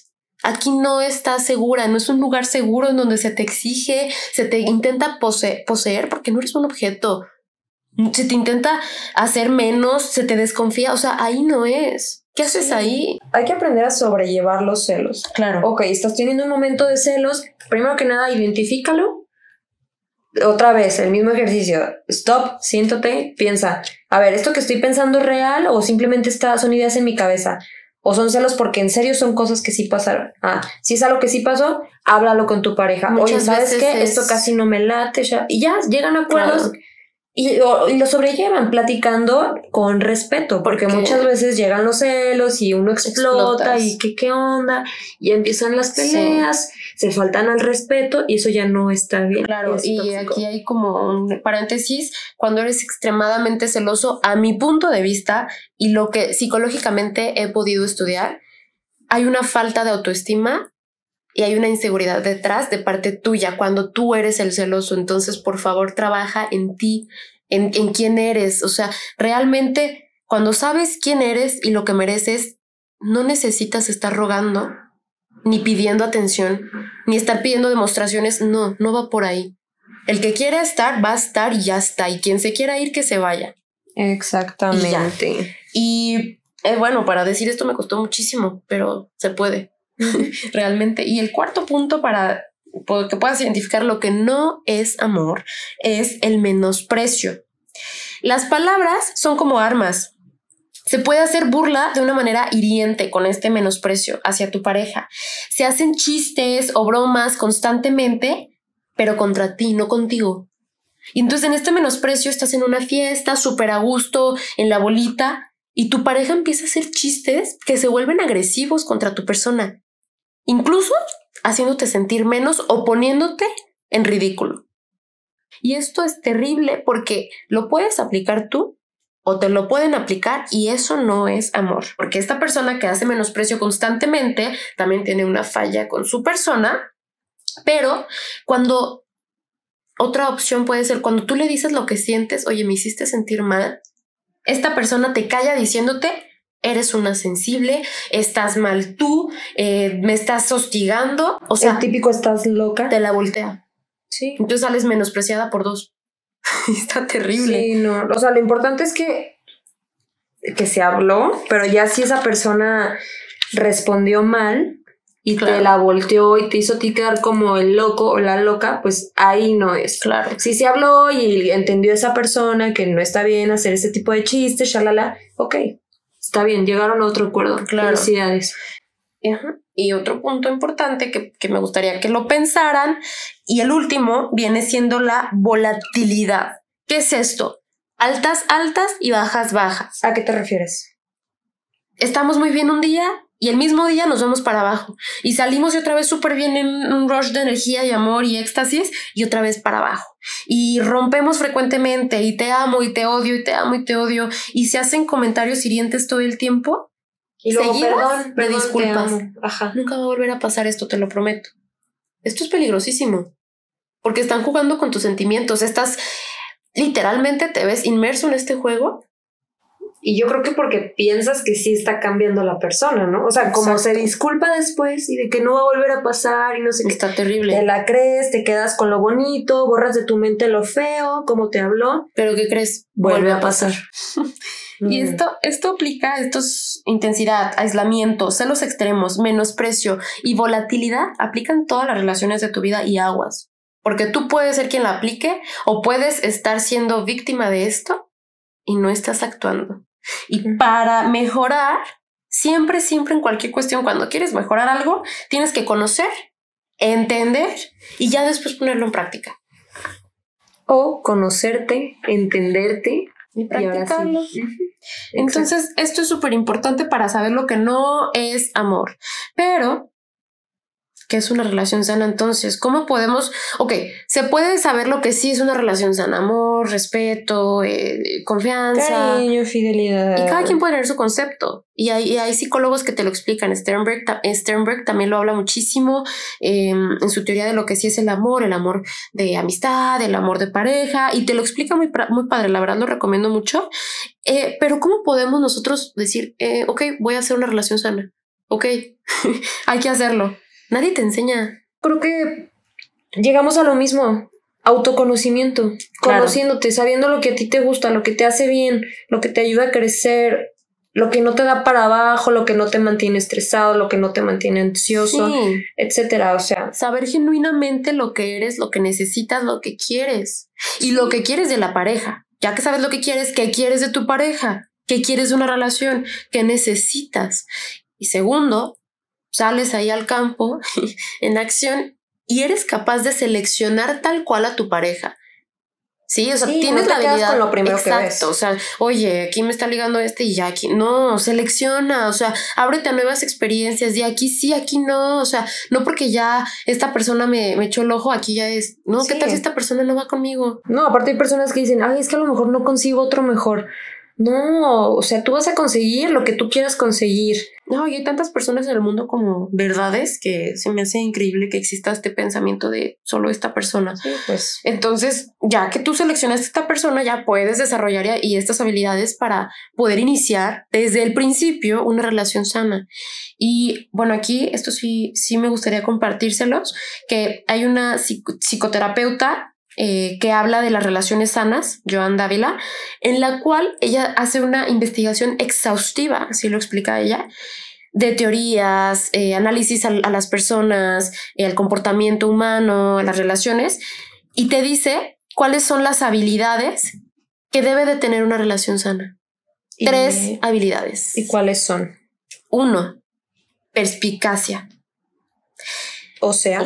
estás segura, no es un lugar seguro en donde se te exige, se te intenta poseer porque no eres un objeto, se te intenta hacer menos, se te desconfía, o sea, ahí no es. ¿Qué haces ahí? Hay que aprender a sobrellevar los celos. Claro. Ok, estás teniendo un momento de celos, primero que nada, identifícalo. Otra vez, el mismo ejercicio. Stop, siéntate, piensa. A ver, ¿esto que estoy pensando es real o simplemente son ideas en mi cabeza? ¿O son celos porque en serio son cosas que sí pasaron? Si es algo que sí pasó, háblalo con tu pareja. Oye, ¿sabes qué? Esto casi no me late. Y ya, llegan a acuerdos. Claro. Y lo sobrellevan platicando con respeto, porque muchas veces llegan los celos y uno explota y ¿qué onda? Y empiezan las peleas, se faltan al respeto y eso ya no está bien. Claro, y aquí hay como un paréntesis, cuando eres extremadamente celoso, a mi punto de vista y lo que psicológicamente he podido estudiar, hay una falta de autoestima y hay una inseguridad detrás de parte tuya cuando tú eres el celoso. Entonces, por favor, trabaja en ti, en quién eres. O sea, realmente, cuando sabes quién eres y lo que mereces, no necesitas estar rogando, ni pidiendo atención, ni estar pidiendo demostraciones. No va por ahí. El que quiera estar, va a estar y ya está. Y quien se quiera ir, que se vaya. Exactamente. Y bueno, para decir esto me costó muchísimo, pero se puede. Realmente. Y el cuarto punto para que puedas identificar lo que no es amor es el menosprecio. Las palabras son como armas. Se puede hacer burla de una manera hiriente con este menosprecio hacia tu pareja. Se hacen chistes o bromas constantemente, pero contra ti, no contigo. Y entonces en este menosprecio estás en una fiesta súper a gusto, en la bolita, y tu pareja empieza a hacer chistes que se vuelven agresivos contra tu persona, incluso haciéndote sentir menos o poniéndote en ridículo. Y esto es terrible porque lo puedes aplicar tú o te lo pueden aplicar y eso no es amor. Porque esta persona que hace menosprecio constantemente también tiene una falla con su persona, pero cuando otra opción puede ser cuando tú le dices lo que sientes, oye, me hiciste sentir mal, esta persona te calla diciéndote, eres una sensible, estás mal tú, me estás hostigando. O sea, el típico estás loca. Te la voltea. Sí. Entonces sales menospreciada por 2. Está terrible. Sí, no. O sea, lo importante es que se habló, pero ya si esa persona respondió mal y te la volteó y te hizo ti quedar como el loco o la loca, pues ahí no es. Claro. Si se habló y entendió esa persona que no está bien hacer ese tipo de chistes, shalala, ok, está bien, llegaron a otro acuerdo. Claro. Felicidades. Y otro punto importante que me gustaría que lo pensaran, y el último viene siendo la volatilidad. ¿Qué es esto? Altas, altas y bajas, bajas. ¿A qué te refieres? Estamos muy bien un día y el mismo día nos vamos para abajo y salimos y otra vez súper bien en un rush de energía y amor y éxtasis y otra vez para abajo y rompemos frecuentemente y te amo y te odio y te amo y te odio y se hacen comentarios hirientes todo el tiempo y luego perdón, me disculpas. Ajá. Nunca va a volver a pasar esto, te lo prometo. Esto es peligrosísimo porque están jugando con tus sentimientos. Estás literalmente, te ves inmerso en este juego. Y yo creo que porque piensas que sí está cambiando la persona, ¿no? O sea, como Exacto. Se disculpa después y de que no va a volver a pasar y no sé qué. Está terrible. Te la crees, te quedas con lo bonito, borras de tu mente lo feo, cómo te habló. Pero ¿qué crees? Vuelve a pasar. Y esto aplica, intensidad, aislamiento, celos extremos, menosprecio y volatilidad aplican todas las relaciones de tu vida y aguas. Porque tú puedes ser quien la aplique o puedes estar siendo víctima de esto y no estás actuando. Y para mejorar, siempre en cualquier cuestión, cuando quieres mejorar algo, tienes que conocer, entender y ya después ponerlo en práctica. O conocerte, entenderte y practicarlo. Sí. Entonces, esto es súper importante para saber lo que no es amor. Pero ¿qué es una relación sana entonces? ¿Cómo podemos? Ok, se puede saber lo que sí es una relación sana. Amor, respeto, confianza. Cariño, fidelidad. Y cada quien puede tener su concepto. Y hay psicólogos que te lo explican. Sternberg también lo habla muchísimo en su teoría de lo que sí es el amor de amistad, el amor de pareja. Y te lo explica muy padre. La verdad lo recomiendo mucho. Pero ¿cómo podemos nosotros decir, ok, voy a hacer una relación sana? Ok, hay que hacerlo. Nadie te enseña. Creo que llegamos a lo mismo. Autoconocimiento. Claro. Conociéndote, sabiendo lo que a ti te gusta, lo que te hace bien, lo que te ayuda a crecer, lo que no te da para abajo, lo que no te mantiene estresado, lo que no te mantiene ansioso, sí. Etcétera. O sea, saber genuinamente lo que eres, lo que necesitas, lo que quieres y lo que quieres de la pareja. Ya que sabes lo que quieres, ¿qué quieres de tu pareja? ¿Qué quieres de una relación? ¿Qué necesitas? Y segundo, sales ahí al campo en acción y eres capaz de seleccionar tal cual a tu pareja. Sí, o sea, sí, tienes no la habilidad. Con lo primero exacto, que ves. O sea, oye, aquí me está ligando y ya aquí. No, selecciona, o sea, ábrete a nuevas experiencias y aquí sí, aquí no. O sea, no porque ya esta persona me echó el ojo, aquí ya es. No, sí. ¿Qué tal si esta persona no va conmigo? No, aparte hay personas que dicen, ay, es que a lo mejor no consigo otro mejor. No, o sea, tú vas a conseguir lo que tú quieras conseguir. No, y hay tantas personas en el mundo como verdades que se me hace increíble que exista este pensamiento de solo esta persona. Sí, pues. Entonces, ya que tú seleccionaste a esta persona, ya puedes desarrollar y estas habilidades para poder iniciar desde el principio una relación sana. Y bueno, aquí esto sí me gustaría compartírselos, que hay una psicoterapeuta que habla de las relaciones sanas, Joan Dávila, en la cual ella hace una investigación exhaustiva, así lo explica ella, de teorías, análisis a las personas, al comportamiento humano, a las relaciones, y te dice cuáles son las habilidades que debe de tener una relación sana. 3 habilidades. ¿Y cuáles son? 1, perspicacia. O sea,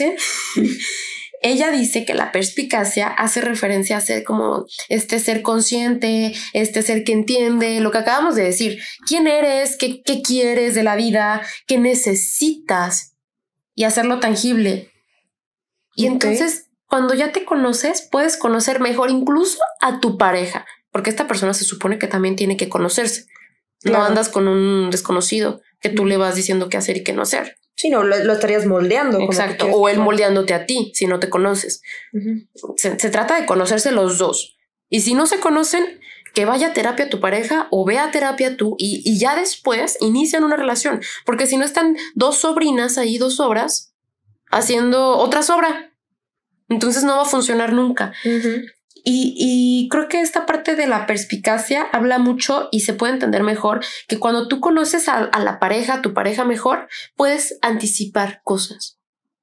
ella dice que la perspicacia hace referencia a ser como este ser consciente, este ser que entiende lo que acabamos de decir. ¿Quién eres? ¿Qué quieres de la vida? ¿Qué necesitas? Y hacerlo tangible. Y entonces, cuando ya te conoces, puedes conocer mejor incluso a tu pareja, porque esta persona se supone que también tiene que conocerse. Claro. No andas con un desconocido que tú le vas diciendo qué hacer y qué no hacer. Sí, no, lo estarías moldeando. Exacto, o él moldeándote a ti si no te conoces. Se trata de conocerse los dos. Y si no se conocen, que vaya a terapia tu pareja o vea a terapia tú y ya después inician una relación. Porque si no están 2 sobrinas ahí, 2 sobras, haciendo otra sobra. Entonces no va a funcionar nunca. Y creo que esta parte de la perspicacia habla mucho y se puede entender mejor que cuando tú conoces a la pareja, a tu pareja mejor, puedes anticipar cosas.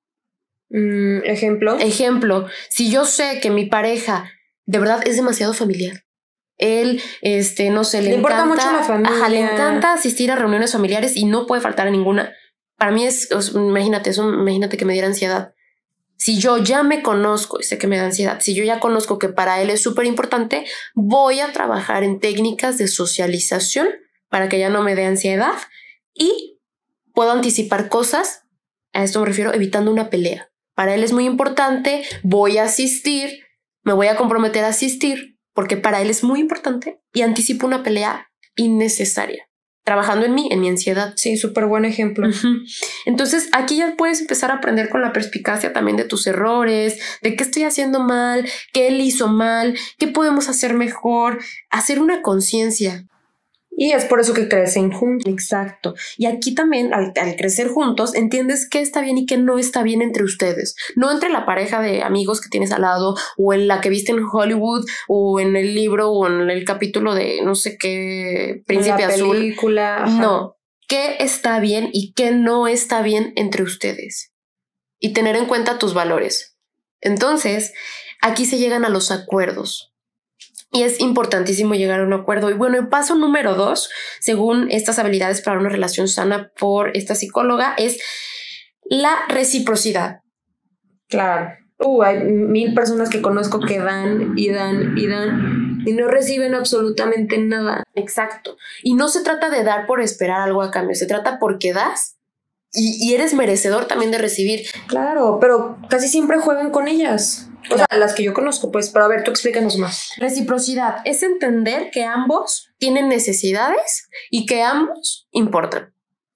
Ejemplo, si yo sé que mi pareja de verdad es demasiado familiar, él, no sé, le importa mucho la familia. Le encanta asistir a reuniones familiares y no puede faltar a ninguna. Para mí imagínate que me diera ansiedad. Si yo ya me conozco y sé que me da ansiedad, si yo ya conozco que para él es súper importante, voy a trabajar en técnicas de socialización para que ya no me dé ansiedad y puedo anticipar cosas. A esto me refiero evitando una pelea. Para él es muy importante, voy a asistir, me voy a comprometer a asistir porque para él es muy importante y anticipo una pelea innecesaria. Trabajando en mí, en mi ansiedad. Sí, súper buen ejemplo. Entonces, aquí ya puedes empezar a aprender con la perspicacia también de tus errores, de qué estoy haciendo mal, qué él hizo mal, qué podemos hacer mejor, hacer una conciencia. Y es por eso que crecen juntos. Exacto. Y aquí también, al crecer juntos, entiendes qué está bien y qué no está bien entre ustedes. No entre la pareja de amigos que tienes al lado, o en la que viste en Hollywood, o en el libro, o en el capítulo de no sé qué, Príncipe Azul. Película. Ajá. No. ¿Qué está bien y qué no está bien entre ustedes? Y tener en cuenta tus valores. Entonces, aquí se llegan a los acuerdos. Y es importantísimo llegar a un acuerdo. Y bueno, el paso número 2, según estas habilidades para una relación sana por esta psicóloga, es la reciprocidad. Claro. Hay 1000 personas que conozco que dan y dan y dan y no reciben absolutamente nada. Exacto. Y no se trata de dar por esperar algo a cambio, se trata porque das y eres merecedor también de recibir. Claro, pero casi siempre juegan con ellas. O sea, las que yo conozco, pues, pero a ver, tú explícanos más. Reciprocidad es entender que ambos tienen necesidades y que ambos importan.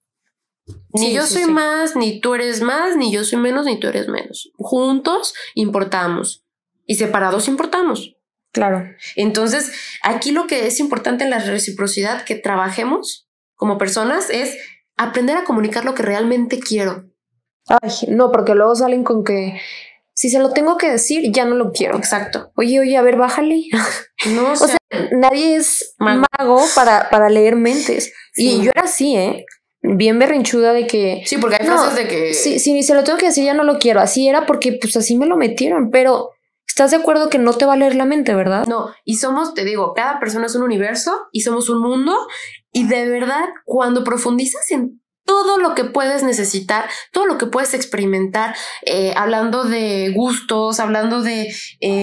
Ni yo soy más, ni tú eres más, ni yo soy menos, ni tú eres menos. Juntos importamos y separados importamos. Claro. Entonces, aquí lo que es importante en la reciprocidad que trabajemos como personas es aprender a comunicar lo que realmente quiero. Ay, no, porque luego salen con que si se lo tengo que decir, ya no lo quiero. Exacto. Oye, a ver, bájale. No, o sea, nadie es mago para leer mentes. Sí. Y yo era así, bien berrinchuda de que... Sí, porque hay frases de que... Sí, si se lo tengo que decir, ya no lo quiero. Así era porque pues así me lo metieron, pero... ¿Estás de acuerdo que no te va a leer la mente, verdad? No, y somos, te digo, cada persona es un universo y somos un mundo y de verdad cuando profundizas en todo lo que puedes necesitar, todo lo que puedes experimentar, hablando de gustos, hablando de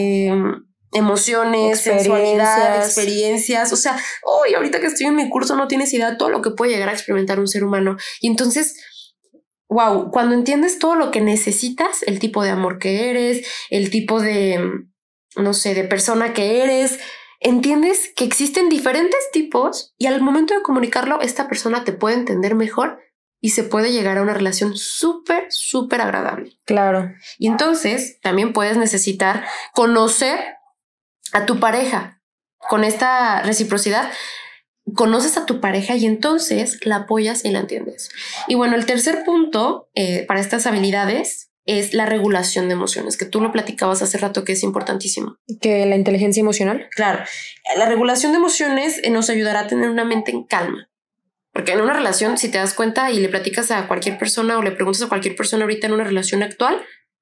emociones, sensualidad, experiencias, o sea, hoy ahorita que estoy en mi curso no tienes idea de todo lo que puede llegar a experimentar un ser humano y entonces... Wow, cuando entiendes todo lo que necesitas, el tipo de amor que eres, el tipo de, no sé, de persona que eres, entiendes que existen diferentes tipos y al momento de comunicarlo, esta persona te puede entender mejor y se puede llegar a una relación súper, súper agradable. Claro. Y entonces también puedes necesitar conocer a tu pareja con esta reciprocidad. Conoces a tu pareja y entonces la apoyas y la entiendes. Y bueno, el tercer punto para estas habilidades es la regulación de emociones, que tú lo platicabas hace rato que es importantísimo. ¿Que la inteligencia emocional? Claro, la regulación de emociones nos ayudará a tener una mente en calma. Porque en una relación, si te das cuenta y le platicas a cualquier persona o le preguntas a cualquier persona ahorita en una relación actual,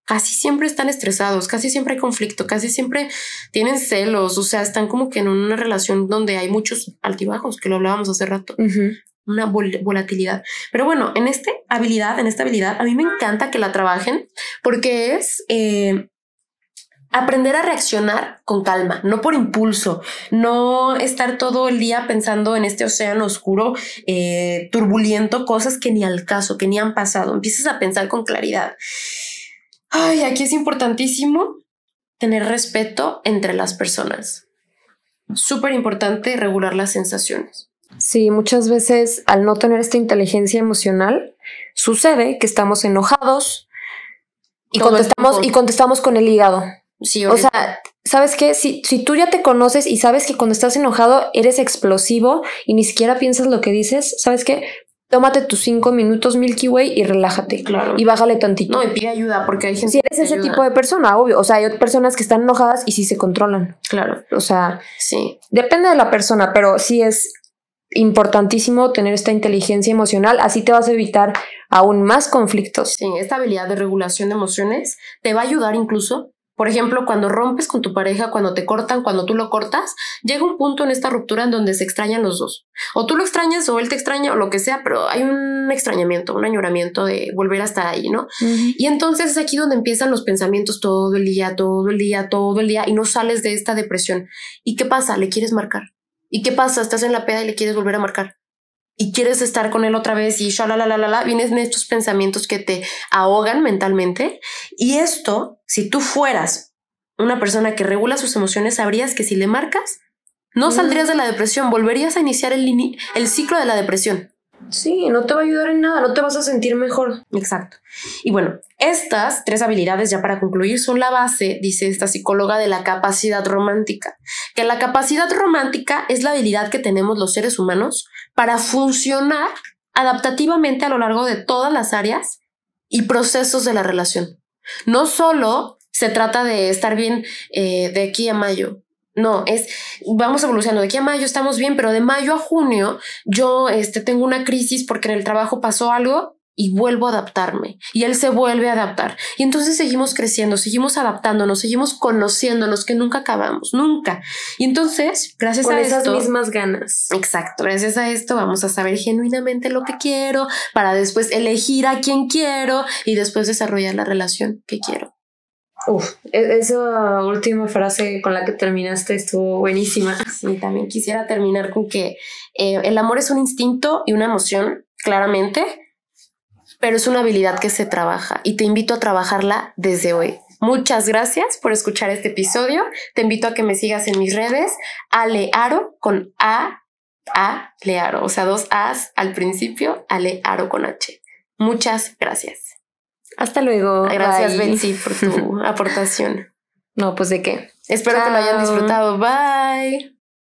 casi siempre están estresados, casi siempre hay conflicto, casi siempre tienen celos, o sea, están como que en una relación donde hay muchos altibajos, que lo hablábamos hace rato. Una volatilidad. Pero bueno, en esta habilidad, a mí me encanta que la trabajen porque es aprender a reaccionar con calma, no por impulso, no estar todo el día pensando en este océano oscuro, turbulento, cosas que ni al caso, que ni han pasado. Empiezas a pensar con claridad. Ay, aquí es importantísimo tener respeto entre las personas. Súper importante regular las sensaciones. Sí, muchas veces al no tener esta inteligencia emocional, sucede que estamos enojados y contestamos con el hígado. Sí, o sea, ¿sabes qué? Si tú ya te conoces y sabes que cuando estás enojado eres explosivo y ni siquiera piensas lo que dices, ¿sabes qué? Tómate tus 5 minutos Milky Way y relájate. Claro. Y bájale tantito. No, y pide ayuda porque hay gente. Si eres ese tipo de persona, obvio. O sea, hay personas que están enojadas y sí se controlan. Claro. O sea, sí. Depende de la persona, pero sí es importantísimo tener esta inteligencia emocional. Así te vas a evitar aún más conflictos. Sí, esta habilidad de regulación de emociones te va a ayudar incluso. Por ejemplo, cuando rompes con tu pareja, cuando te cortan, cuando tú lo cortas, llega un punto en esta ruptura en donde se extrañan los dos. O tú lo extrañas o él te extraña o lo que sea, pero hay un extrañamiento, un añoramiento de volver a estar ahí, ¿no? Y entonces es aquí donde empiezan los pensamientos todo el día y no sales de esta depresión. ¿Y qué pasa? Le quieres marcar. ¿Y qué pasa? Estás en la peda y le quieres volver a marcar. Y quieres estar con él otra vez y vienen estos pensamientos que te ahogan mentalmente. Y esto, si tú fueras una persona que regula sus emociones, sabrías que si le marcas, no saldrías de la depresión, volverías a iniciar el ciclo de la depresión. Sí, no te va a ayudar en nada, no te vas a sentir mejor. Exacto. Y bueno, estas 3 habilidades, ya para concluir, son la base, dice esta psicóloga, de la capacidad romántica. Que la capacidad romántica es la habilidad que tenemos los seres humanos para funcionar adaptativamente a lo largo de todas las áreas y procesos de la relación. No solo se trata de estar bien de aquí a mayo. No, vamos evolucionando. De aquí a mayo estamos bien, pero de mayo a junio yo tengo una crisis porque en el trabajo pasó algo y vuelvo a adaptarme y él se vuelve a adaptar. Y entonces seguimos creciendo, seguimos adaptándonos, seguimos conociéndonos, que nunca acabamos, nunca. Y entonces, gracias a esto... Con esas mismas ganas. Exacto, gracias a esto vamos a saber genuinamente lo que quiero para después elegir a quién quiero y después desarrollar la relación que quiero. Esa última frase con la que terminaste estuvo buenísima. Sí, también quisiera terminar con que el amor es un instinto y una emoción, claramente, pero es una habilidad que se trabaja y te invito a trabajarla desde hoy. Muchas gracias por escuchar este episodio. Te invito a que me sigas en mis redes, Alearo con Learo, o sea, 2 A's al principio, Alearo con H. Muchas gracias. Hasta luego. Gracias, Betsy, por tu aportación. No, pues de qué. Espero que lo hayan disfrutado. Bye.